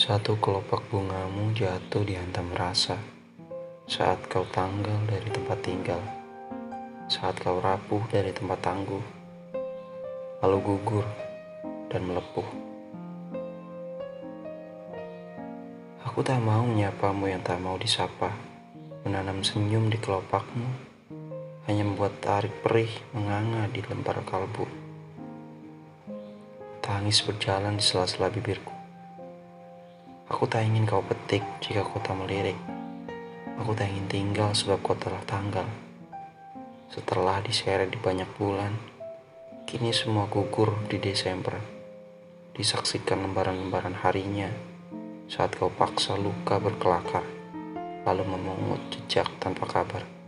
Satu kelopak bungamu jatuh dihantam rasa saat kau tanggal dari tempat tinggal, saat kau rapuh dari tempat tangguh, lalu gugur dan melepuh. Aku tak mau menyapamu yang tak mau disapa, menanam senyum di kelopakmu, hanya membuat tarik perih menganga di lembar kalbu. Tangis berjalan di sela-sela bibirku. Aku tak ingin kau petik jika kau tak melirik. Aku tak ingin tinggal sebab kau telah tanggal. Setelah diseret di banyak bulan, kini semua gugur di Desember. Disaksikan lembaran-lembaran harinya saat kau paksa luka berkelakar, lalu memungut jejak tanpa kabar.